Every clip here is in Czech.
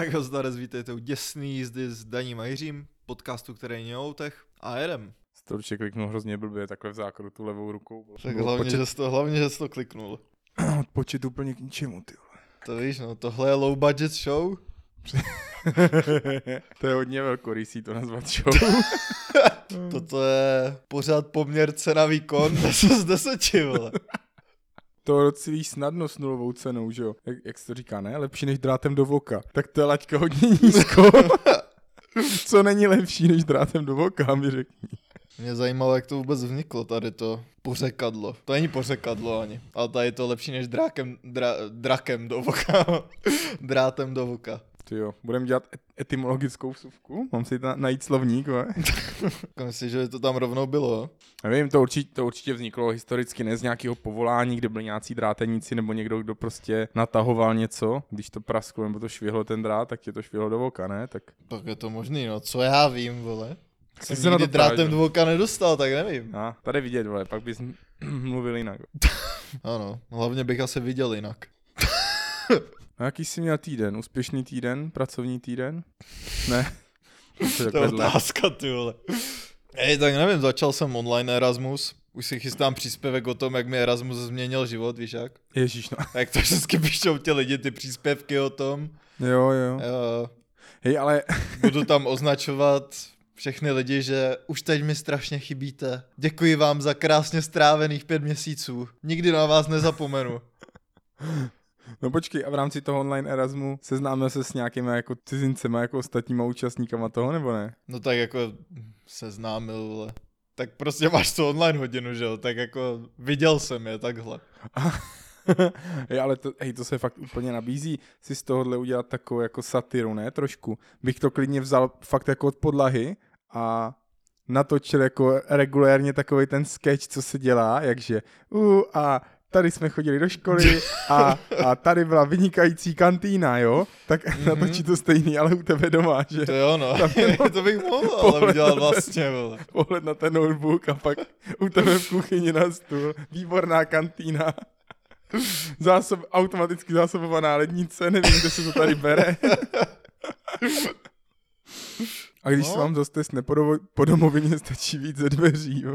Tak ho zdarec vítejte u děsný jízdy s Daním a Jiřím, podcastu, který není o autech, a jedem. To určitě kliknul hrozně blbě, takhle v zákrutu levou rukou. Tak hlavně, že jsi to kliknul. Odpočet úplně k ničemu, ty vole. To víš, no, tohle je low budget show. To je hodně velkorysý to nazvat show. Toto je pořád poměr cena výkon 10 z 10, vole. To docílí snadno s nulovou cenou, že jo? Jak se to říká, ne? Lepší než drátem do voka. Tak to je laťka hodně nízko. Co není lepší než drátem do voka, mi řekni. Mě zajímalo, jak to vůbec vzniklo, tady to pořekadlo. To není pořekadlo ani, ale tady je to lepší než drakem do voka. Drátem do voka. Ty jo, budeme dělat etymologickou vsuvku? Mám si najít slovník, ve? Myslíš, že to tam rovnou bylo? Nevím, to určitě vzniklo historicky ne z nějakého povolání, kde byli nějací dráteníci nebo někdo, kdo prostě natahoval něco. Když to prasklo nebo to švihlo ten drát, tak tě to švihlo do voka, ne? Tak je to možný, no. Co já vím, vole? Jsem se nikdy drátem do voka nedostal, tak nevím. Tady vidět, vole, pak bys mluvil jinak. Ano, hlavně bych asi viděl jinak. A jaký jsi měl týden? Úspěšný týden? Pracovní týden? Ne. To je otázka, ty vole. Tak nevím, začal jsem online Erasmus. Už si chystám příspěvek o tom, jak mi Erasmus změnil život, víš jak? Ježíš, no. Jak to vždycky píšou ti lidi, ty příspěvky o tom. Jo. Hej, ale... Budu tam označovat všechny lidi, že už teď mi strašně chybíte. Děkuji vám za krásně strávených 5 měsíců. Nikdy na vás nezapomenu. No počkej, a v rámci toho online Erasmu seznámil se s nějakýma jako cizincema, jako ostatníma účastníkama toho, nebo ne? No tak jako seznámil, vole. Tak prostě máš tu online hodinu, že jo? Tak jako viděl jsem je takhle. Ale to se fakt úplně nabízí si z tohohle udělat takovou jako satiru, ne? Trošku. Bych to klidně vzal fakt jako od podlahy a natočil jako regulérně takovej ten sketch, co se dělá, jakže a tady jsme chodili do školy a tady byla vynikající kantýna, jo? Tak natočí to stejný, ale u tebe doma, že? To jo, no. To bych mohl, ale udělat vlastně, vole. Pohled na ten notebook a pak u tebe v kuchyni na stůl. Výborná kantýna. Automaticky zásobovaná lednice, nevím, kde se to tady bere. A když se vám zase po domovině, stačí víc ze dveří, jo.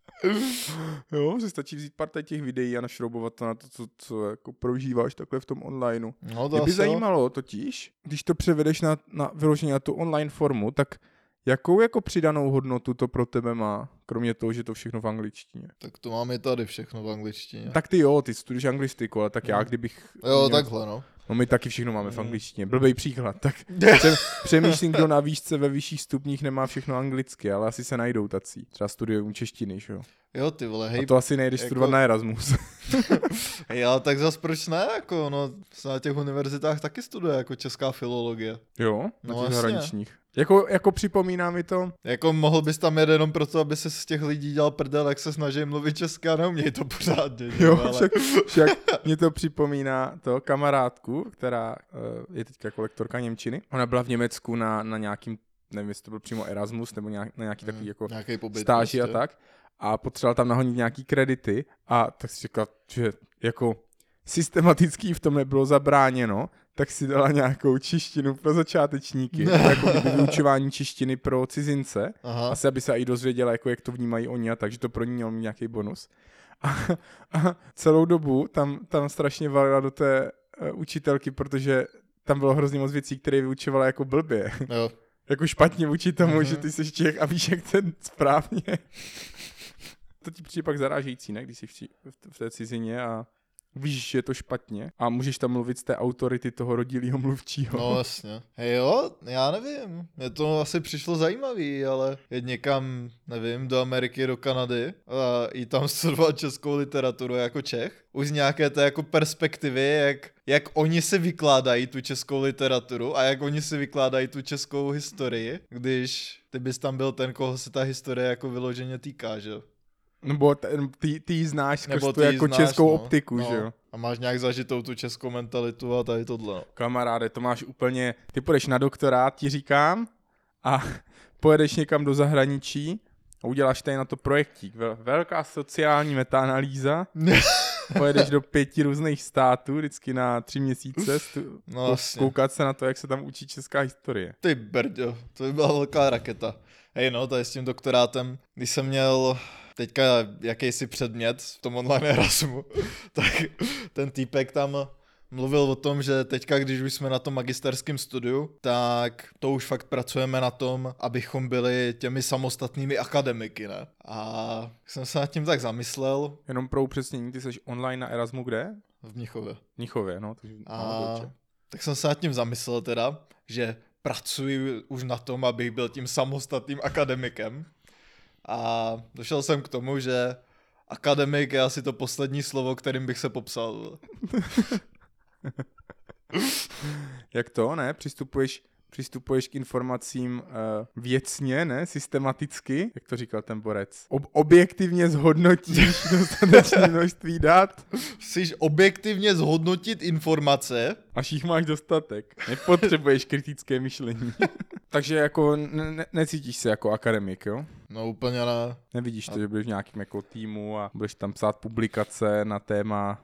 Jo, se stačí vzít pár těch videí a našroubovat to na to, co jako prožíváš takhle v tom onlineu. No, mě by zajímalo totiž, když to převedeš na vyloženě na tu online formu, tak jakou jako přidanou hodnotu to pro tebe má, kromě toho, že to všechno v angličtině? Tak to máme tady všechno v angličtině. Tak ty studuješ anglistiku, ale tak já, kdybych... Jo, takhle, no. No my taky všechno máme v angličtině. Blbej příklad. Tak přemýšlím, kdo na výšce ve vyšších stupních nemá všechno anglicky, ale asi se najdou tací. Třeba studují češtiny, že jo? Jo, ty vole, hej. A to asi nejdeš studovat na Erasmus. Hej, ale tak zas proč ne, jako, no, na těch univerzitách taky studuje jako česká filologie. Jo, na no, těch zahraničních. Jako připomíná mi to. Jako mohl bys tam jet jenom proto, aby se z těch lidí dělal prdel, jak se snaží mluvit česky a neumějí to pořádně. Jo, ale... však mě to připomíná to kamarádku, která je teďka jako lektorka němčiny. Ona byla v Německu na nějakým, nevím, jestli to byl přímo Erasmus, nebo na nějaký takový jako stáži prostě. A tak. A potřeboval tam nahodit nějaký kredity a tak si řekla, že jako systematicky v tom nebylo zabráněno, tak si dala nějakou češtinu pro začátečníky, jako vyučování češtiny pro cizince. Aha. Asi aby se i dozvěděla, jako jak to vnímají oni a tak, že to pro ní mělo mít nějaký bonus. A celou dobu tam strašně valila do té učitelky, protože tam bylo hrozně moc věcí, které vyučovala jako blbě. Jo. Jako špatně vůči tomu, že ty jsi Čech a víš, jak ten správně. To ti přijde pak zarážející, ne? Když jsi v té cizině a víš, že je to špatně a můžeš tam mluvit z té autority toho rodilýho mluvčího. No jasně. Hej jo, já nevím. Mně to asi přišlo zajímavý, ale jet někam, nevím, do Ameriky, do Kanady a i tam studovat českou literaturu jako Čech. Už z nějaké té jako perspektivy, jak oni si vykládají tu českou literaturu a jak oni si vykládají tu českou historii, když ty bys tam byl ten, koho se ta historie jako vyloženě týká, že jo? Nebo ty ji znáš skrz tu jako českou optiku, že jo? A máš nějak zažitou tu českou mentalitu a tady tohle. No. Kamaráde, to máš úplně... Ty půjdeš na doktorát, ti říkám, a pojedeš někam do zahraničí a uděláš tady na to projektík. Velká sociální metaanalýza. Pojedeš do 5 různých států, vždycky na 3 měsíce, koukat se na to, jak se tam učí česká historie. Ty brďo, to by byla velká raketa. Hej no, tady s tím doktorátem, když jsem měl teďka jakýsi předmět v tom online Erasmu, tak ten týpek tam mluvil o tom, že teďka, když už jsme na tom magisterském studiu, tak to už fakt pracujeme na tom, abychom byli těmi samostatnými akademiky, ne? A jsem se nad tím tak zamyslel. Jenom pro upřesnění, ty jsi online na Erasmu kde? V Mnichově. Mnichově, no. Tak jsem se nad tím zamyslel teda, že pracuji už na tom, abych byl tím samostatným akademikem. A došel jsem k tomu, že akademik je asi to poslední slovo, kterým bych se popsal. Jak to, ne? Přistupuješ k informacím věcně, ne? Systematicky, jak to říkal ten borec. Objektivně zhodnotíš dostatečné množství dat. Chceš objektivně zhodnotit informace. Až jich máš dostatek. Nepotřebuješ kritické myšlení. Takže jako necítíš se jako akademik, jo? No úplně ne. Nevidíš to, že budeš v nějakým jako týmu a budeš tam psát publikace na téma...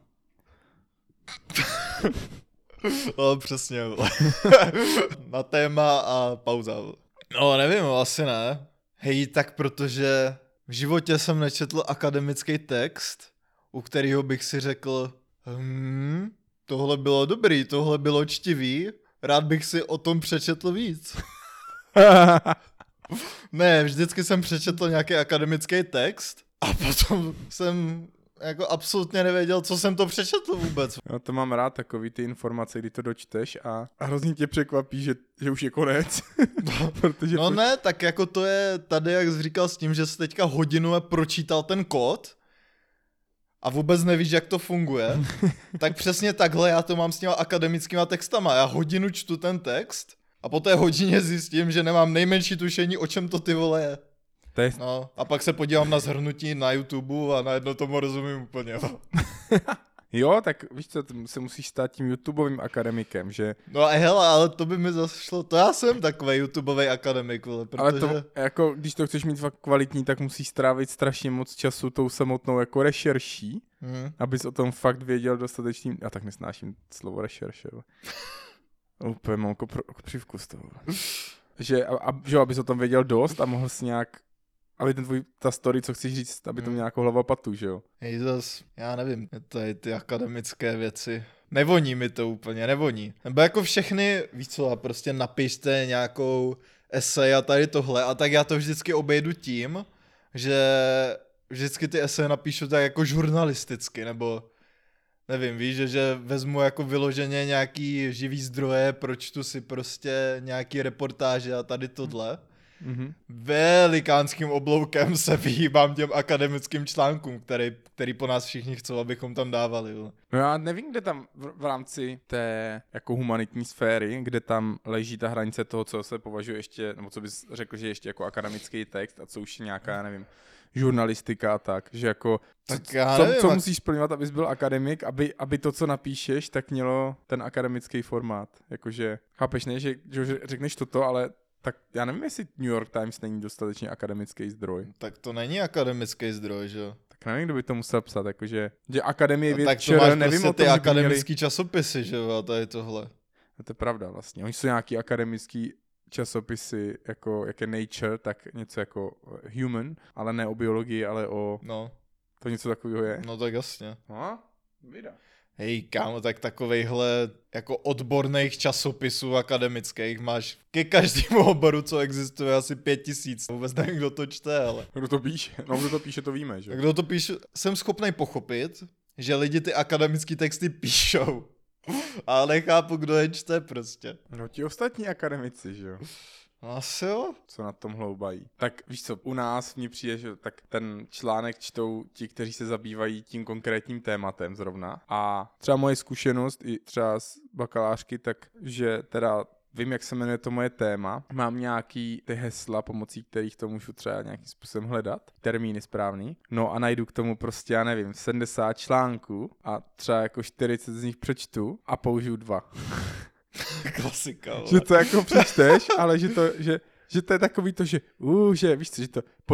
No, přesně. Na téma a pauza. No, nevím, asi ne. Hej, tak protože v životě jsem nečetl akademický text, u kterého bych si řekl, tohle bylo dobrý, tohle bylo čtivý, rád bych si o tom přečetl víc. Ne, vždycky jsem přečetl nějaký akademický text a potom jsem jako absolutně nevěděl, co jsem to přečetl vůbec. No to mám rád, takový ty informace, kdy to dočteš a hrozně tě překvapí, že už je konec. Protože no ne, tak jako to je tady, jak jsi říkal s tím, že jsi teďka hodinu pročítal ten kód a vůbec nevíš, jak to funguje, tak přesně takhle já to mám s těma akademickýma textama. Já hodinu čtu ten text a po té hodině zjistím, že nemám nejmenší tušení, o čem to ty vole je. No, a pak se podívám na shrnutí na YouTube a najednou tomu rozumím úplně. Jo, tak víš co, se musíš stát tím YouTubeovým akademikem, že... No a hele, ale to by mi zase šlo, to já jsem takovej YouTubeový akademik, vole, protože... Ale to, jako, když to chceš mít fakt kvalitní, tak musíš strávit strašně moc času tou samotnou jako rešerší, abys o tom fakt věděl dostatečný... Já tak nesnáším slovo rešerše, úplně mám jako přivkus toho. Že abys o tom věděl dost a mohl si nějak... Aby ta story, co chceš říct, aby to měl nějakou hlavapatu, že jo? Hej, zas, já nevím, tady ty akademické věci. Nevoní mi to úplně, nevoní. Nebo jako všechny, víš co, a prostě napište nějakou esej a tady tohle, a tak já to vždycky obejdu tím, že vždycky ty eseje napíšu tak jako žurnalisticky, nebo nevím, víš, že vezmu jako vyloženě nějaký živý zdroje, pročtu si prostě nějaký reportáže a tady tohle. Velikánským obloukem se vyhýbám těm akademickým článkům, který po nás všichni chcou, abychom tam dávali. No já nevím, kde tam v rámci té jako humanitní sféry, kde tam leží ta hranice toho, co se považuje ještě, nebo co bys řekl, že ještě jako akademický text a co už je nějaká, nevím, žurnalistika a tak, že jako co musíš splňovat, abys byl akademik, aby to, co napíšeš, tak mělo ten akademický formát. Jakože, chápeš, ne, že řekneš toto, ale tak já nevím, jestli New York Times není dostatečně akademický zdroj. Tak to není akademický zdroj, že jo? Tak nevím, kdo by to musel psat, jakože, že akademie věd, tak to máš nevím prostě ty akademický časopisy, že jo, a tady tohle. No to je pravda vlastně. Oni jsou nějaký akademický časopisy, jako jak je Nature, tak něco jako Human, ale ne o biologii, ale o... No. To něco takového je. No tak jasně. No, vida. Hej, kámo, tak takovejhle jako odborných časopisů akademických máš ke každému oboru, co existuje, asi 5000. Vůbec nevím, kdo to čte, ale... Kdo to píše? No, kdo to píše, to víme, že? Kdo to píše, jsem schopný pochopit, že lidi ty akademické texty píšou, ale nechápu, kdo je čte prostě. No ti ostatní akademici, že jo? Asi jo. Co na tom hloubají. Tak víš co, u nás mně přijde, že tak ten článek čtou ti, kteří se zabývají tím konkrétním tématem zrovna. A třeba moje zkušenost i třeba z bakalářky, tak že teda vím, jak se jmenuje to moje téma. Mám nějaký ty hesla, pomocí kterých to můžu třeba nějakým způsobem hledat. Termíny správný. No a najdu k tomu prostě, já nevím, 70 článků a třeba jako 40 z nich přečtu a použiju 2. Klasika. Ale. Že to jako přečteš, ale že to je takový to, že víš co, že to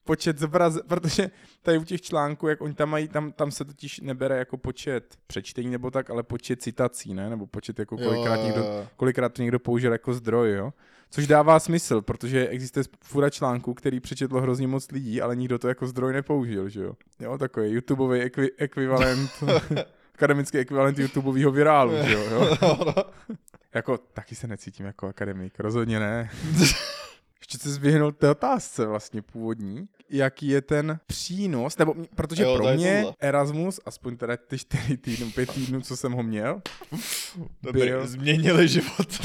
počet protože tady u těch článků, jak oni tam mají, tam se totiž nebere jako počet přečtení nebo tak, ale počet citací, ne? Nebo počet jako kolikrát to někdo použil jako zdroj, jo? Což dává smysl, protože existuje fura článků, který přečetlo hrozně moc lidí, ale nikdo to jako zdroj nepoužil, že jo? Jo, takový YouTubeový ekvivalent, akademický ekvivalent YouTubeového virálu, že jo? Jako, taky se necítím jako akademik, rozhodně ne. Ještě se zběhnout té otázce vlastně původní. Jaký je ten přínos, nebo protože pro mě Erasmus, aspoň teda ty 4 týdny, 5 týdnů, co jsem ho měl, byl... Změnili život.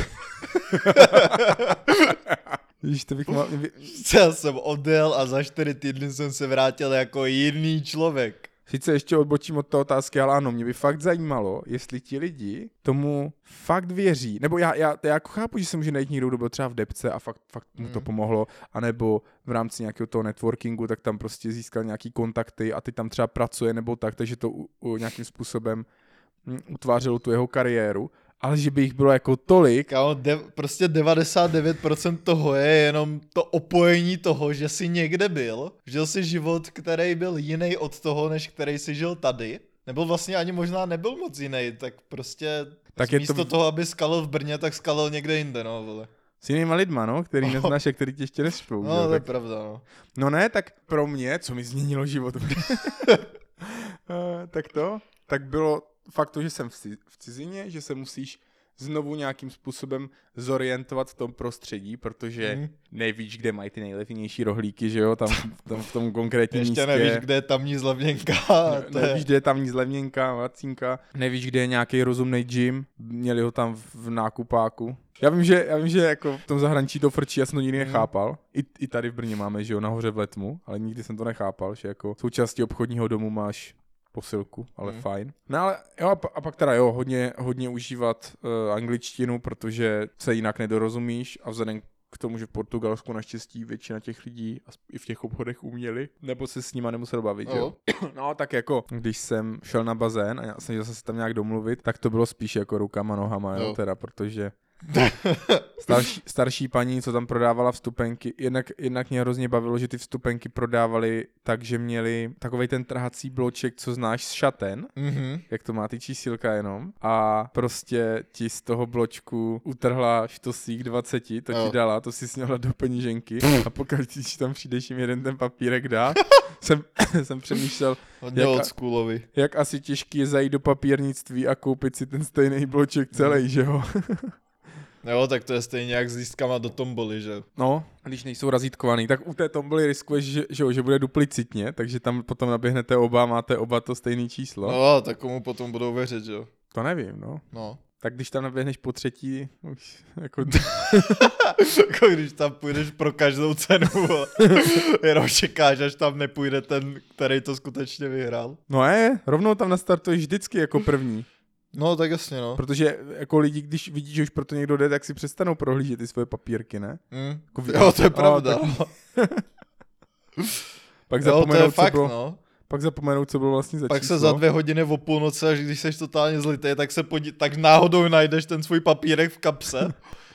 Víš, to bych mal... Já jsem odjel a za 4 týdny jsem se vrátil jako jiný člověk. Sice ještě odbočím od té otázky, ale ano, mě by fakt zajímalo, jestli ti lidi tomu fakt věří. Nebo já jako chápu, že se může najít někdo, kdo byl třeba v depce a fakt mu to pomohlo, anebo v rámci nějakého toho networkingu, tak tam prostě získal nějaký kontakty a ty tam třeba pracuje nebo tak, takže to nějakým způsobem utvářelo tu jeho kariéru. Ale že by jich bylo jako tolik. Prostě 99% toho je jenom to opojení toho, že jsi někde byl. Žil si život, který byl jiný od toho, než který si žil tady. Nebo vlastně ani možná nebyl moc jiný, tak prostě tak místo toho, aby skalil v Brně, tak skalil někde jinde, no vole. S jinýma lidma, no, který neznáš a který tě ještě nešpou. No, to je pravda, no. No ne, tak pro mě, co mi změnilo život, tak bylo fakt to, že jsem v cizině, že se musíš znovu nějakým způsobem zorientovat v tom prostředí, protože nevíš, kde mají ty nejlevnější rohlíky, že jo, tam v tom konkrétním místě. Ještě nevíš, kde je tamní zlevněnka. Nevíš, kde je tamní zlevněnka, vacínka. Nevíš, kde je nějaký rozumný gym, měli ho tam v nákupáku. Já vím, že jako v tom zahraničí to frčí, já jsem to nikdy nechápal. I tady v Brně máme, že jo, nahoře v Letmu, ale nikdy jsem to nechápal, že jako součástí obchodního domu máš posilku, ale fajn. No ale jo, a pak teda jo, hodně užívat angličtinu, protože se jinak nedorozumíš a vzhledem k tomu, že v Portugalsku naštěstí většina těch lidí i v těch obchodech uměli, nebo se s nima nemusel bavit, jo. No tak jako, když jsem šel na bazén a já jsem se tam nějak domluvit, tak to bylo spíš jako rukama, nohama, jo, teda, protože starší paní, co tam prodávala vstupenky, jednak mě hrozně bavilo, že ty vstupenky prodávali tak, že měli takovej ten trhací bloček, co znáš z šaten, jak to má ty čísílka jenom, a prostě ti z toho bločku utrhla štosík 20, to ti dala, to si sněla do peníženky a pokud když tam přijdeš jim jeden ten papírek dá, jsem přemýšlel, jak asi těžký je zajít do papírnictví a koupit si ten stejný bloček celý, že jo? Jo, tak to je stejně jak s lístkama do tomboly, že? No, když nejsou razítkovaný, tak u té tomboly riskuješ, že bude duplicitně, takže tam potom naběhnete oba, máte oba to stejné číslo. No, tak komu potom budou věřit, že jo? To nevím, no. Tak když tam naběhneš po třetí, už jako... Jako když tam půjdeš pro každou cenu, jenom čekáš, až tam nepůjde ten, který to skutečně vyhrál. No rovnou tam nastartuješ vždycky jako první. No, tak jasně, no. Protože jako lidi, když vidí, že už proto někdo jde, tak si přestanou prohlížet ty svoje papírky, ne? Jako jo, to je pravda. Pak zapomenou, to je fakt, no. Pak zapomenou, co bylo vlastně za Pak číslo. se za 2 hodiny o půlnoci, až když seš totálně zlitý, tak tak náhodou najdeš ten svůj papírek v kapse.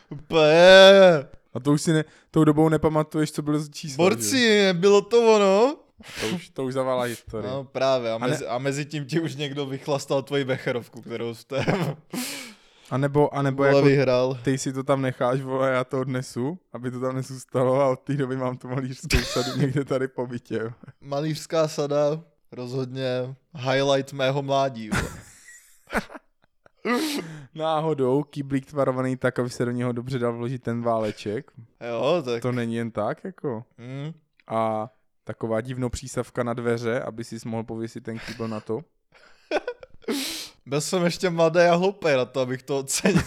A to už si tou dobou nepamatuješ, co bylo za číslo. Borci, bylo to ono. To už zavála historie. No právě, a mezi tím ti už někdo vychlastal tvoji becherovku, kterou jste... A nebo jako vyhrál. Ty si to tam necháš, vole, já to odnesu, aby to tam nezůstalo a od té doby mám tu malířskou sadu někde tady po bytě. Malířská sada, rozhodně highlight mého mládí. Náhodou kýblík tvarovaný tak, aby se do něho dobře dal vložit ten váleček. Jo, tak... To není jen tak, jako. A taková divnou přísavka na dveře, aby si mohl pověsit ten kýbl na to. Byl jsem ještě mladý a hloupý na to, abych to ocenil.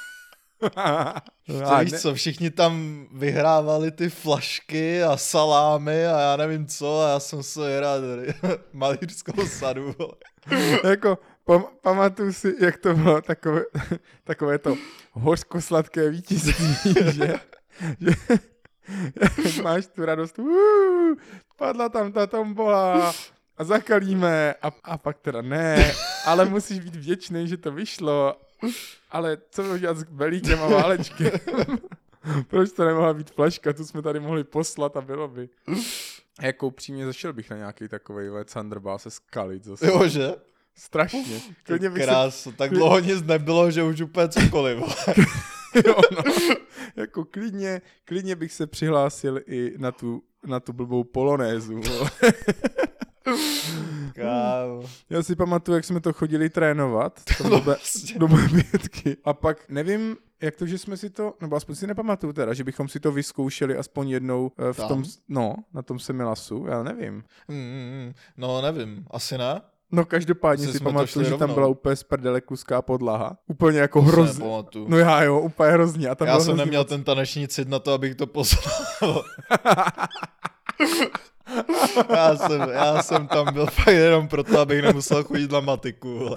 Víš co, všichni tam vyhrávali ty flašky a salámy a já nevím co a já jsem se hrál malířskou sadu. Jako, pamatuju si, jak to bylo takové to hořko-sladké vítězství, že máš tu radost, padla tam ta tombola a zakalíme a pak teda ne, ale musíš být vděčný, že to vyšlo, ale co bylo dělat s belíkem a válečkem? Proč to nemohla být flaška, tu jsme tady mohli poslat a bylo by. Jako upřímně zašel bych na nějaký takovej Thunderball se skalit zase. Jo, že? Strašně. Krásu, tak dlouho nic nebylo, že už úplně cokoliv. Jo, no. Jako klidně bych se přihlásil i na tu blbou polonézu. Kámo. Já si pamatuju, jak jsme to chodili trénovat do bětky. A pak nevím, jak to, že jsme si to, nebo aspoň si nepamatuju teda, že bychom si to vyzkoušeli aspoň jednou v tom, na tom Semilasu, já nevím. No nevím, asi ne. No každopádně si pamatuju, že tam byla úplně z prdele kluská podlaha. Úplně jako hrozně. No já jo, úplně hrozně. A tam já jsem neměl ten taneční cit na to, abych to poslal. já jsem tam byl fakt jenom proto, abych nemusel chodit na matiku.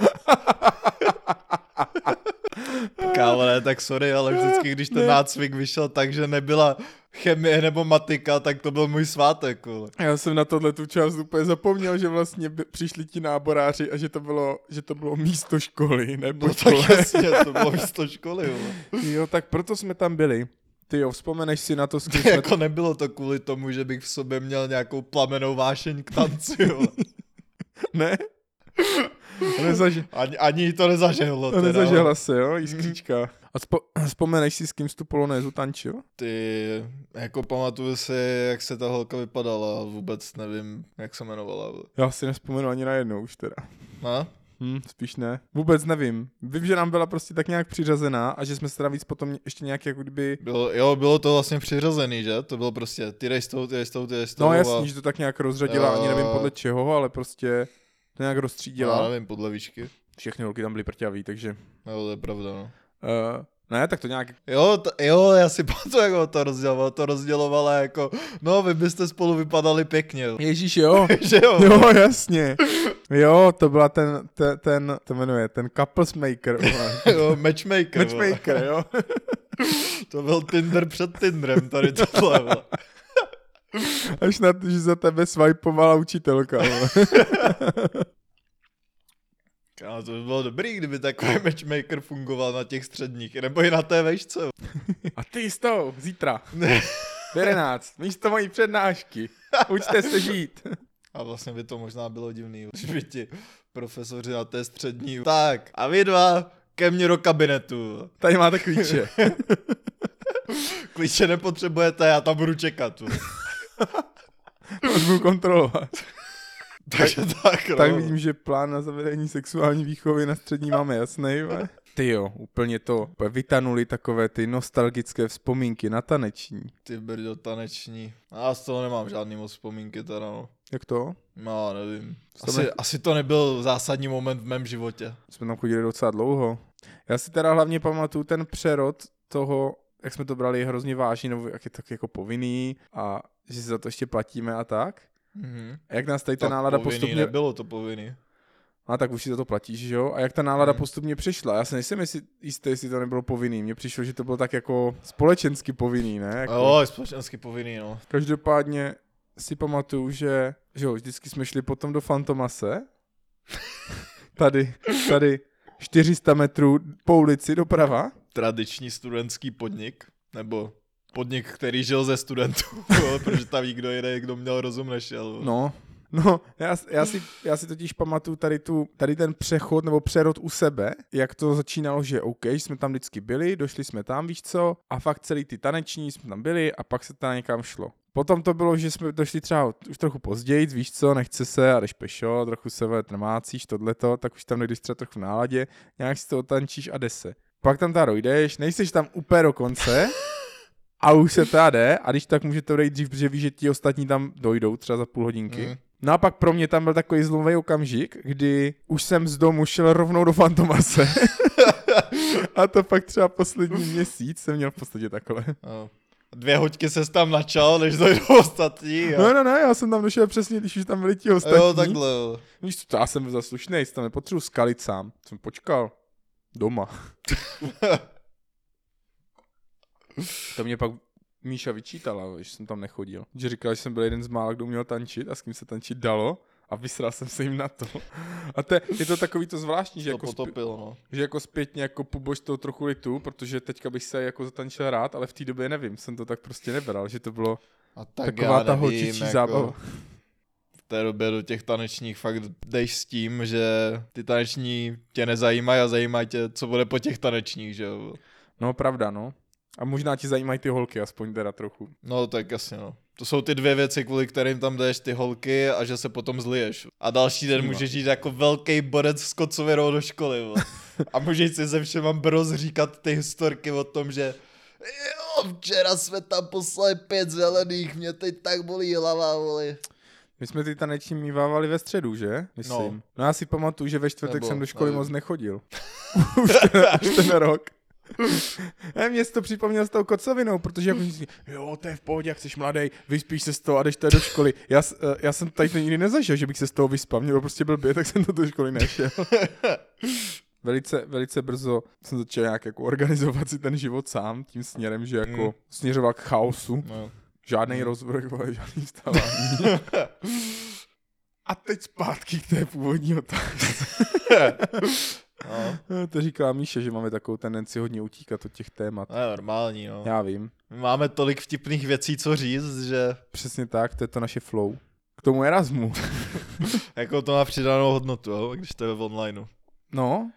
Kámo, ne, tak sorry, ale vždycky, když ten nácvik vyšel tak, že nebyla chemie nebo matika, tak to byl můj svátek. Já jsem na tohle tu část úplně zapomněl, že vlastně přišli ti náboráři a že to bylo místo školy, nebo no tak jasně, to bylo místo školy. Jo, tak proto jsme tam byli. Ty jo, vzpomeneš si na to, jako nebylo to kvůli tomu, že bych v sobě měl nějakou plamenou vášeň k tanci, jo. Ne? Ani to nezažehlo. To nezažehla se, jo, jiskříčka. A vzpomeneš si, s kým jsi tu polonézu tančil? Ty, jako pamatuju si, jak se ta holka vypadala, vůbec nevím, jak se jmenovala. Já si nespomenu ani na jednou už teda. No? Spíš ne. Vůbec nevím. Vím, že nám byla prostě tak nějak přiřazená a že jsme se tam víc potom ještě nějak jako kdyby... Bylo to vlastně přiřazený, že? To bylo prostě ty dej s tou. No jasně, že to tak nějak rozřadila, ani nevím podle čeho, ale prostě to nějak rozstřídila. Já nevím, podle výšky. Všechny holky tam byly prťavý, takže... No, to je pravda, no. Ne, tak to nějak... Jo, já si pamatuju, jak to rozdělovala jako, no, vy byste spolu vypadali pěkně. Ježíš, jo. Že jo? Jo, jasně. Jo, to byla to jmenuje, ten couples maker. Jo, matchmaker. Matchmaker, jo. To byl Tinder před Tinderem, tady tohle. Až na to, že za tebe swipovala učitelka. No, to by bylo dobrý, kdyby takový matchmaker fungoval na těch středních, nebo i na té vejšce. A ty s tou, zítra. 11, místo mojí přednášky. Učte se žít. A vlastně by to možná bylo divný, když by ti profesoři na té střední. Tak, a vy dva ke mně do kabinetu. Tady máte klíče. Klíče nepotřebujete, já tam budu čekat. Už budu kontrolovat. Takže tak, no. Tak vidím, že plán na zavedení sexuální výchovy na střední máme jasný. Ty jo, úplně vytanuli takové ty nostalgické vzpomínky na taneční. Ty brďo, taneční. Já z toho nemám žádný moc vzpomínky teda, no. Jak to? No, nevím. Asi to nebyl zásadní moment v mém životě. Jsme tam chodili docela dlouho. Já si teda hlavně pamatuju ten přerod toho, jak jsme to brali hrozně vážně, nebo jak je to jako povinný a že si za to ještě platíme a tak. Mm-hmm. A jak nás tady ta nálada postupně... Nebylo to povinný. A tak už si za to platíš, že jo? A jak ta nálada postupně přišla? Já se nejsem jistý, jestli to nebylo povinný. Mně přišlo, že to bylo tak jako společensky povinný, ne? Jako... Jo, společensky povinný, no. Každopádně si pamatuju, že jo, vždycky jsme šli potom do Fantomase. tady 400 metrů po ulici doprava. Tradiční studentský podnik, nebo podnik, který žil ze studentů, protože tam nikdo jiný, kdo měl rozum, nešel. No, já si totiž pamatuju tady ten přechod nebo přerod u sebe, jak to začínalo, že OK, jsme tam vždycky byli, došli jsme tam, víš co, a fakt celý ty taneční jsme tam byli a pak se tam někam šlo. Potom to bylo, že jsme došli třeba už trochu později, víš co, nechce se a jdeš pešo, trochu se trmácíš tohleto, tak už tam nejdeš třeba trochu v náladě, nějak si to otančíš a jde se. Pak tam dojdeš, nejseš tam úplně do konce, a už se teda jde, a když tak může to dojít dřív, protože víš, že ti ostatní tam dojdou třeba za půl hodinky. No a pak pro mě tam byl takový zlomový okamžik, kdy už jsem z domu šel rovnou do Fantomase. A to pak třeba poslední měsíc jsem měl v podstatě takhle. 2 hoďky ses tam načal, než dojdou ostatní. No, já jsem tam došel přesně, když už tam byli ti ostatní. Jo, takhle. Víš co, já jsem zaslušnej, tam nepotřebuji skalit sám. Jsem počkal. Doma. To mě pak Míša vyčítala, že jsem tam nechodil. Že říkala, že jsem byl jeden z mála, kdo uměl tančit a s kým se tančit dalo a vysral jsem se jim na to. A je to takový to zvláštní, že, to jako potopilo, no. Že jako zpětně jako Puboš toho trochu litu, protože teďka bych se jako zatančil rád, ale v té době nevím, jsem to tak prostě nebral, že to bylo... A tak taková já ta nevím, holčičí jako... zábava. V té době do těch tanečních fakt jdeš s tím, že ty taneční tě nezajímají a zajímají tě, co bude po těch tanečních, že jo. No, pravda, no. A možná ti zajímají ty holky, aspoň teda trochu. No, tak jasně, no. To jsou ty dvě věci, kvůli kterým tam jdeš, ty holky a že se potom zliješ. A další den můžeš jít jako velký borec s kocovinou do školy, vole. A můžeš si se všema bros říkat ty historky o tom, že jo, včera jsme tam poslali 5 zelených, mě teď tak bolí hlava, vole. My jsme ty taneční mívávali ve středu, že? Myslím. No já si pamatuju, že ve čtvrtek jsem do školy moc nechodil. Už ten rok. Mě to připomněl s tou kocovinou, protože jako jo, to je v pohodě, jak jsi mladý, vyspíš se z toho a jdeš do školy. Já jsem tady to nikdy nezažil, že bych se z toho vyspal, mě bylo prostě blbě, tak jsem do školy nešel. Velice brzo jsem začal nějak jako organizovat si ten život sám tím směrem, že jako směřoval k chaosu. No. Žádnej rozvrh, žádný vstávání. A teď zpátky k té původní otázce. No. To říkala Míša, že máme takovou tendenci hodně utíkat od těch témat. To je normální, no. Já vím. Máme tolik vtipných věcí, co říct, že... Přesně tak, to je to naše flow. K tomu Erasmu. Jako to má přidanou hodnotu, jo, když to je v onlineu. No.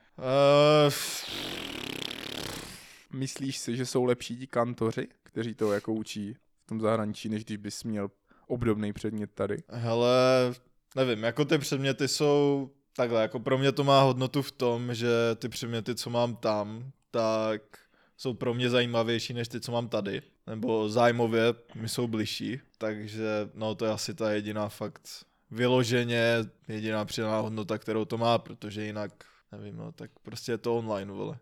Myslíš si, že jsou lepší ti kantoři, kteří to jako učí v tom zahraničí, než když bys měl obdobný předmět tady? Hele, nevím, jako ty předměty jsou takhle, jako pro mě to má hodnotu v tom, že ty předměty, co mám tam, tak jsou pro mě zajímavější než ty, co mám tady, nebo zájmově mi jsou bližší, takže no to je asi ta jediná fakt vyloženě jediná přidaná hodnota, kterou to má, protože jinak, nevím, no tak prostě je to online, vole.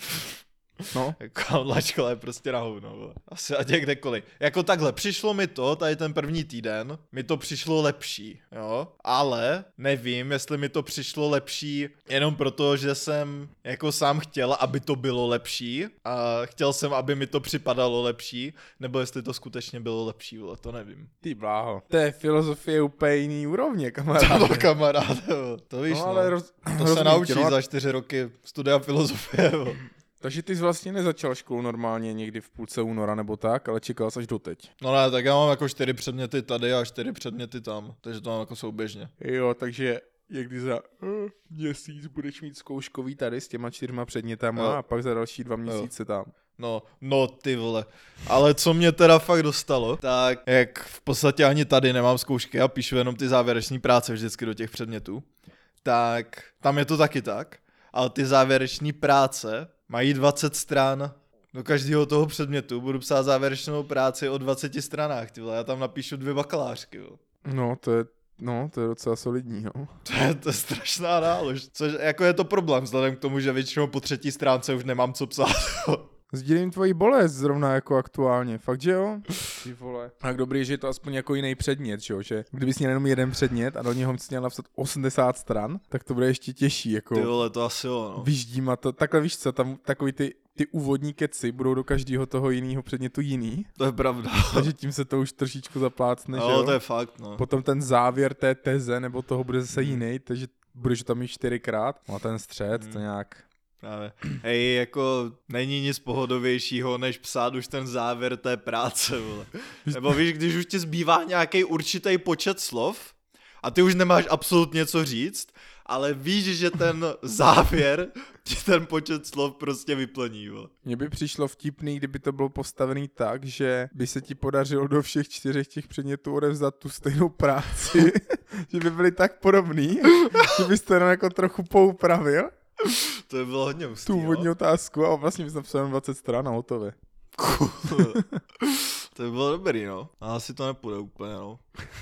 No. Jako online škola je prostě na hovno, vole. Asi ať je kdekoliv. Jako takhle, přišlo mi to, tady ten první týden, mi to přišlo lepší, jo, ale nevím, jestli mi to přišlo lepší jenom proto, že jsem jako sám chtěl, aby to bylo lepší a chtěl jsem, aby mi to připadalo lepší, nebo jestli to skutečně bylo lepší, vole, to nevím. Ty bláho. To je filozofie úplně jiný úrovně, kamaráde. To kamaráde, to víš, no, ale to se naučí za 4 roky studia filozofie, vole. Takže ty jsi vlastně nezačal školu normálně někdy v půlce února nebo tak, ale čekal jsi až doteď. No ne, tak já mám jako 4 předměty tady a 4 předměty tam, takže to mám jako souběžně. Jo, takže někdy za měsíc budeš mít zkouškový tady s těma 4 předmětama a pak za další 2 měsíce tam. No ty vole. Ale co mě teda fakt dostalo, tak jak v podstatě ani tady nemám zkoušky a píšu jenom ty závěrečné práce vždycky do těch předmětů, tak tam je to taky tak, ale ty závěrečné práce mají 20 stran. Do každého toho předmětu budu psát závěrečnou práci o 20 stranách, ty vole. Já tam napíšu 2 bakalářky, jo. No, to je docela solidní, no. To je strašná nálož. Což jako je to problém, vzhledem k tomu, že většinou po 3. stránce už nemám co psát. Sdílím tvoji bolest zrovna jako aktuálně, fakt, že jo? Ty vole. Tak dobrý, že je to aspoň jako jiný předmět, že jo? Že kdybys měl jenom jeden předmět a do něho měl napsat 80 stran, tak to bude ještě těžší, jako. Ty vole, to asi jo, no. Vyždímat to, takhle víš co, tam takový ty úvodní keci budou do každého toho jiného předmětu jiný. To je pravda. Takže tím se to už trošičku zaplácne, že jo? No, to je fakt, no. Potom ten závěr té teze nebo toho bude zase jiný, takže budeš tam mít 4krát. No a ten střed, to nějak... Právě. Hej, jako není nic pohodovějšího, než psát už ten závěr té práce, vole. Nebo víš, když už ti zbývá nějaký určitý počet slov a ty už nemáš absolutně co říct, ale víš, že ten závěr ti ten počet slov prostě vyplní, vole. Mně by přišlo vtipný, kdyby to bylo postavený tak, že by se ti podařilo do všech 4 těch předmětů odevzdat tu stejnou práci, že by byly tak podobný, že bys to jenom jako trochu poupravil. To by bylo hodně hustý, tu úvodní otázku a vlastně bys napsal 20 stran a hotové. Cool. To by bylo dobrý, no. A asi to nepůjde úplně, no.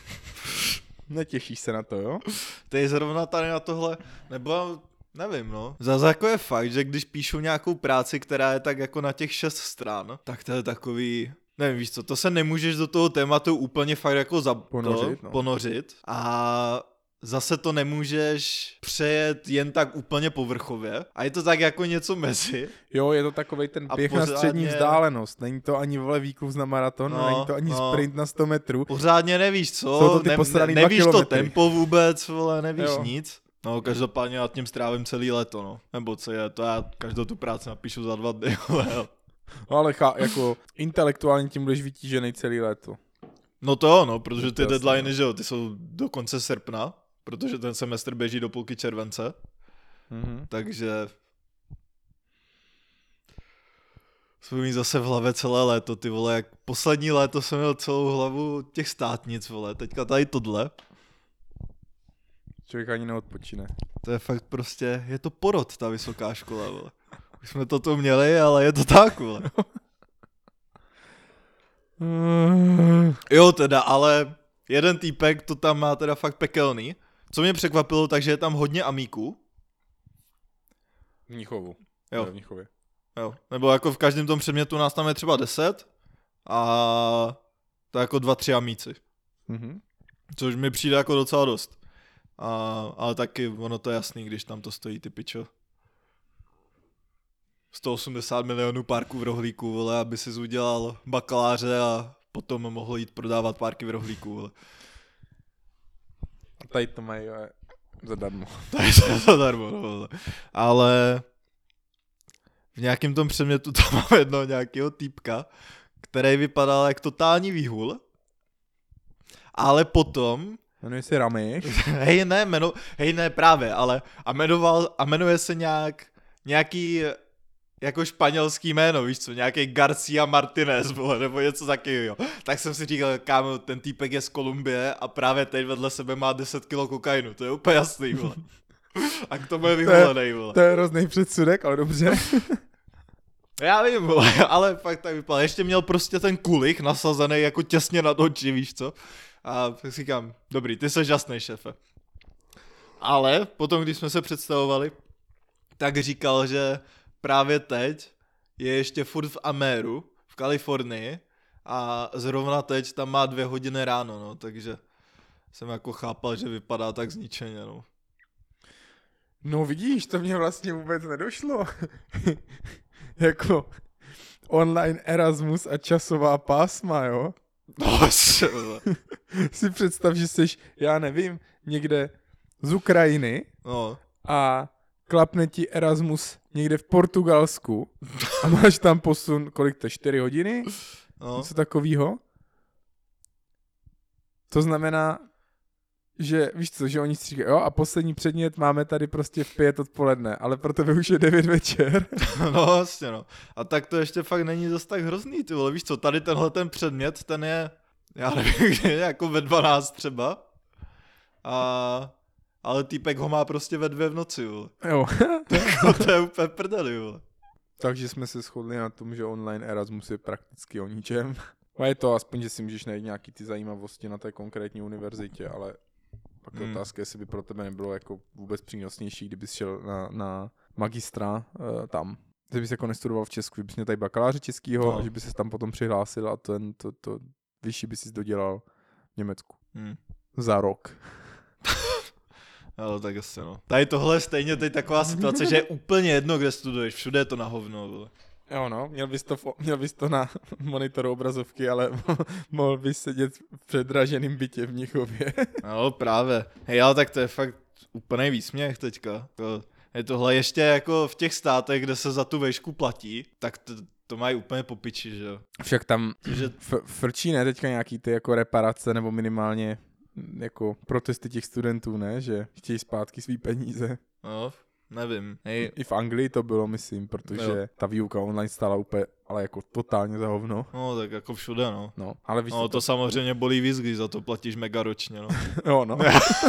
Netěšíš se na to, jo? Ty zrovna tady na tohle, nebo nevím, no. Zase jako je fakt, že když píšu nějakou práci, která je tak jako na těch 6 stran, tak to je takový... Nevím, víš co, to se nemůžeš do toho tématu úplně fakt jako ponořit a zase to nemůžeš přejet jen tak úplně povrchově a je to tak jako něco mezi. Jo, je to takovej ten běh na střední vzdálenost, není to ani vole výkluz na maraton, není to ani sprint na 100 metrů. Pořádně nevíš co, nevíš to tempo vůbec, vole, nevíš nic. No, každopádně já tím strávím celý léto, no. Nebo co je, to já každou tu práci napíšu za 2 dny, No ale jako intelektuálně tím budeš vytížený celý léto. No to jo, no, protože ty deadliny, že jo, ty jsou do konce srpna, protože ten semestr běží do půlky července, takže jsem mít zase v hlavě celé léto, ty vole, jak poslední léto jsem měl celou hlavu těch státnic, vole, teďka tady tohle. Člověk ani neodpočíne. To je fakt prostě, je to porod, ta vysoká škola, vole. Už jsme to tu měli, ale je to tak, vole. Jo teda, ale jeden týpek to tam má teda fakt pekelný. Co mě překvapilo, takže je tam hodně amíků. V Mnichovu. Jo. V Mnichově. Jo. Nebo jako v každém tom předmětu nás tam je třeba 10 a to jako 2-3 amíci. Což mi přijde jako docela dost. Ale taky ono to je jasný, když tam to stojí, ty pičo. 180 milionů párků v rohlíku, vole, aby si udělal bakaláře a potom mohl jít prodávat párky v rohlíku, vole. A tady to mají zadarmo. Tady to je zadarmo, no, vole. Ale v nějakém tom předmětu tam mám jednoho nějakého týpka, který vypadal jak totální výhul, ale potom... Jmenuje se Ramy. Hej ne právě, ale a jmenuje se nějaký jako španělský jméno, víš co, nějaký Garcia Martinez, vole, nebo něco takového. Tak jsem si říkal, kámo, ten týpek je z Kolumbie a právě teď vedle sebe má 10 kg kokainu, to je úplně jasný, vole. A k tomu je vyvolenej, vole. To je hrozný předsudek, ale dobře. Já vím, vole, ale fakt tak vypadal. Ještě měl prostě ten kulich nasazený jako těsně nad oči, víš co. A tak si říkám, dobrý, ty jsi jasný, šéfe. Ale potom, když jsme se představovali, tak říkal, že právě teď je ještě furt v Améru, v Kalifornii a zrovna teď tam má 2 hodiny ráno, no, takže jsem jako chápal, že vypadá tak zničeně, no. No vidíš, to mě vlastně vůbec nedošlo. Jako online Erasmus a časová pásma, jo? No, si představ, že jsi, já nevím, někde z Ukrajiny a klapne ti Erasmus někde v Portugalsku a máš tam posun, kolik to je, 4 hodiny? Něco takovýho? To znamená, že víš co, že oni si říkají, jo, a poslední předmět máme tady prostě v 5 odpoledne, ale pro tebe už je 9 večer. No vlastně, no. A tak to ještě fakt není zase tak hrozný, ty vole, víš co, tady tenhle ten předmět, ten je, já nevím, kde je, jako ve 12 třeba. Ale týpek ho má prostě ve 2 v noci, vole. Jo. To je úplně prdeli, vole. Takže jsme se shodli na tom, že online Erasmus je prakticky o ničem. A je to aspoň, že si můžeš najít nějaký ty zajímavosti na té konkrétní univerzitě, ale pak je otázka, jestli by pro tebe nebylo jako vůbec přínosnější, kdybys šel na magistra tam. Že bys jako nestudoval v Česku, kdybys měl tady bakaláře českýho a že bys se tam potom přihlásil a to vyšší bys si dodělal v Německu. Za rok. Ale tak asi no. Tady tohle je stejně teď taková situace, že je úplně jedno, kde studuješ, všude je to na hovno, vole. Jo no, měl bys to na monitoru obrazovky, ale mohl bys sedět v předraženém bytě v Mnichově. No právě. Hej, ale tak to je fakt úplnej výsměch teďka. Je tohle ještě jako v těch státech, kde se za tu vejšku platí, tak to mají úplně po piči, že jo. Však tam frčí ne teďka nějaký ty jako reparace nebo minimálně jako protesty těch studentů, ne? Že chtějí zpátky svý peníze. No, nevím. Hej. I v Anglii to bylo, myslím, protože ta výuka online stála úplně, ale jako totálně za hovno. No, tak jako všude, no. No, ale víš, to samozřejmě bolí víc, když za to platíš mega ročně, no. Jo, no.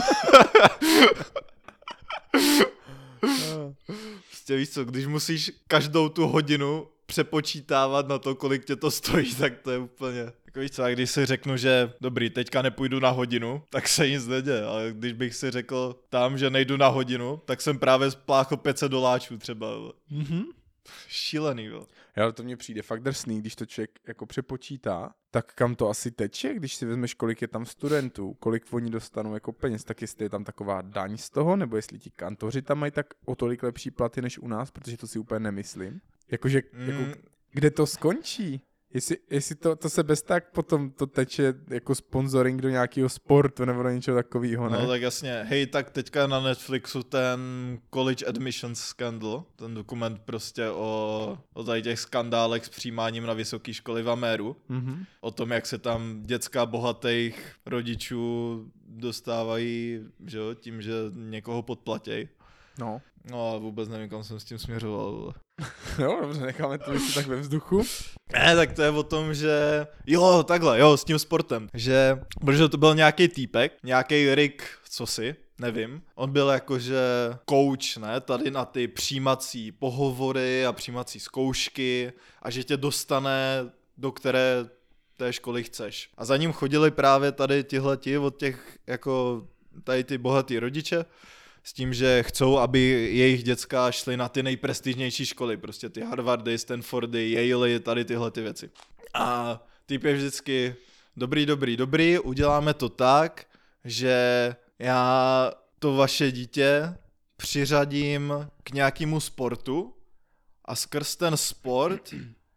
Prostě víš co, když musíš každou tu hodinu přepočítávat na to, kolik tě to stojí, tak to je úplně... Jako víš co, a když si řeknu, že dobrý, teďka nepůjdu na hodinu, tak se nic neděje, ale když bych si řekl tam, že nejdu na hodinu, tak jsem právě spláchl $500 třeba. Šílený, jo. Ale to mně přijde fakt drsný, když to člověk jako přepočítá, tak kam to asi teče, když si vezmeš, kolik je tam studentů, kolik oni dostanou jako peněz, tak jestli je tam taková daň z toho, nebo jestli ti kantoři tam mají tak o tolik lepší platy než u nás, protože to si úplně nemyslím. Jakože, jako, kde to skončí? Jestli to se bez tak potom to teče jako sponsoring do nějakého sportu nebo do něčeho takového, ne? No tak jasně. Hej, tak teďka na Netflixu ten College Admissions Scandal, ten dokument prostě o tady těch skandálech s přijímáním na vysoké školy v Améru. Mm-hmm. O tom, jak se tam děcka bohatých rodičů dostávají, že jo, tím, že někoho podplatěj. No. No a vůbec nevím, kam jsem s tím směřoval. Jo, dobře, necháme to ještě tak ve vzduchu. Ne, tak to je o tom, že jo, takhle, jo, s tím sportem, že, protože to byl nějaký týpek, nějaký Rick, cosi, nevím, on byl jakože coach, ne, tady na ty přijímací pohovory a přijímací zkoušky a že tě dostane do které té školy chceš. A za ním chodili právě tady tihleti od těch, jako tady ty bohatý rodiče, s tím, že chcou, aby jejich děcka šly na ty nejprestižnější školy, prostě ty Harvardy, Stanfordy, Yaley, tady tyhle ty věci. A typ je vždycky dobrý, uděláme to tak, že já to vaše dítě přiřadím k nějakému sportu a skrz ten sport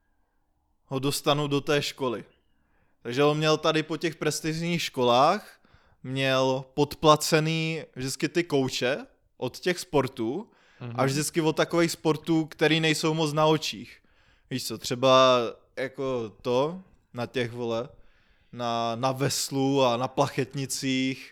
ho dostanu do té školy. Takže on měl tady po těch prestižních školách měl podplacený vždycky ty kouče od těch sportů a vždycky od takových sportů, který nejsou moc na očích. Víš co, třeba jako to na těch, vole, na veslu a na plachetnicích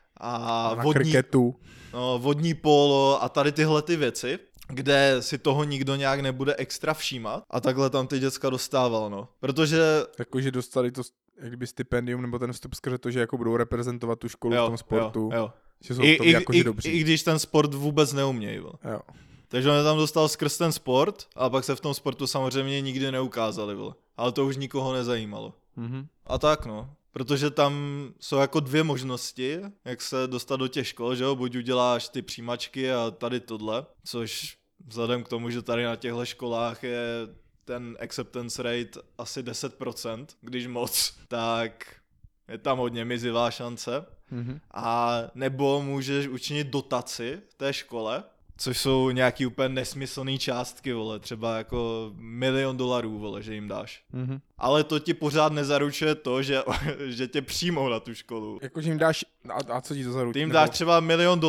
a na kriketu. No, vodní polo a tady tyhle ty věci, kde si toho nikdo nějak nebude extra všímat a takhle tam ty děcka dostával, no. Protože... Jakože dostali to jak kdyby stipendium nebo ten vstup skrze to, že jako budou reprezentovat tu školu v tom sportu. Jo. Že jsou to jakože dobří. I když ten sport vůbec neumějí. Jo. Takže on je tam dostal skrz ten sport a pak se v tom sportu samozřejmě nikdy neukázali. Vole. Ale to už nikoho nezajímalo. Mm-hmm. A tak no. Protože tam jsou jako dvě možnosti, jak se dostat do těch škol, že jo? Buď uděláš ty přijímačky a tady tohle, což vzhledem k tomu, že tady na těchto školách je ten acceptance rate asi 10%, když moc, tak je tam hodně mizivá šance. Mm-hmm. A nebo můžeš učinit dotaci té škole, což jsou nějaký úplně nesmyslný částky, vole, třeba jako $1 milion, vole, že jim dáš. Mm-hmm. Ale to ti pořád nezaručuje to, že tě přijmou na tu školu. Jakože jim dáš, a co ti to zaručí? Ty jim dáš třeba $1 milion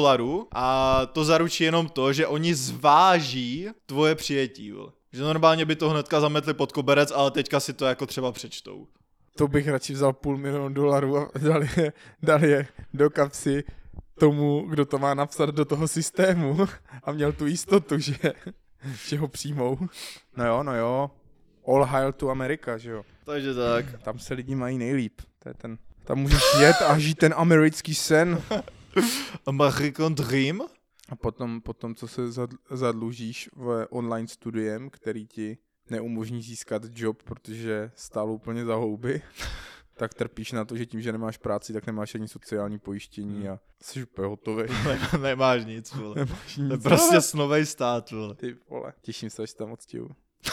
a to zaručí jenom to, že oni zváží tvoje přijetí, vole. Že normálně by to hnedka zametli pod koberec, ale teďka si to jako třeba přečtou. To bych radši vzal $500 000 a dal je do kapsy tomu, kdo to má napsat do toho systému a měl tu jistotu, že ho přijmou. No jo. All hail to America, že jo. Takže tak. Tam se lidi mají nejlíp. To je ten. Tam můžeš jet a žít ten americký sen. American Dream? A potom co se zadlužíš v online studiem, který ti neumožní získat job, protože stál úplně za houby, tak trpíš na to, že tím, že nemáš práci, tak nemáš ani sociální pojištění a jsi úplně hotovej. Nemáš nic, vole. Nemáš nic. To je prostě snovej stát, vole. Ty vole, těším se, až tam odstěhu.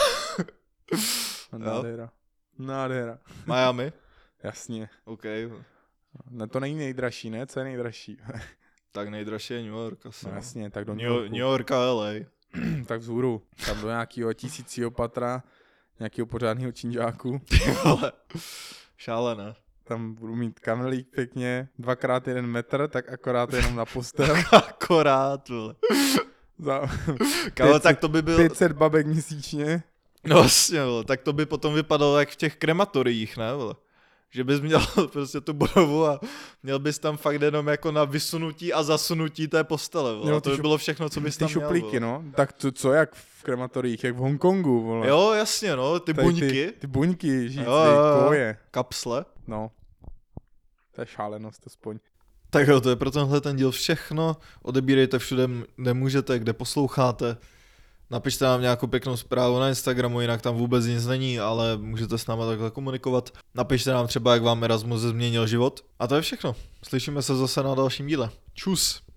Nádhera. Miami? Jasně. OK. Ne, to není nejdražší, ne? Co je nejdražší? Tak nejdražší je New York asi. No jasně, tak do New York a LA. Tak vzhůru. Tam do nějakého 1000. patra, nějakého pořádného činžáku. Ty vole. Šálené. Tam budu mít kamelík pěkně, 2x1 metr, tak akorát jenom na postel. Akorát, vole. Kámo, tak to by byl... 500 babek měsíčně. No vlastně, vole. Tak to by potom vypadalo jak v těch krematoriích, ne, vole? Že bys měl prostě tu budovu a měl bys tam fakt jenom jako na vysunutí a zasunutí té postele, vole. Jo, to by bylo všechno, co bys tam měl. Ty šuplíky, no. Tak to co, jak v krematoriích, jak v Hongkongu, vole. Jo, jasně, no, ty buňky. Ty buňky, žíci, koje. Kapsle. No. To je šálenost aspoň. Tak jo, to je pro tenhle ten díl všechno. Odebírejte všude, kde můžete, kde posloucháte. Napište nám nějakou pěknou zprávu na Instagramu, jinak tam vůbec nic není, ale můžete s námi takhle komunikovat. Napište nám třeba, jak vám Erasmus změnil život. A to je všechno. Slyšíme se zase na dalším díle. Čus.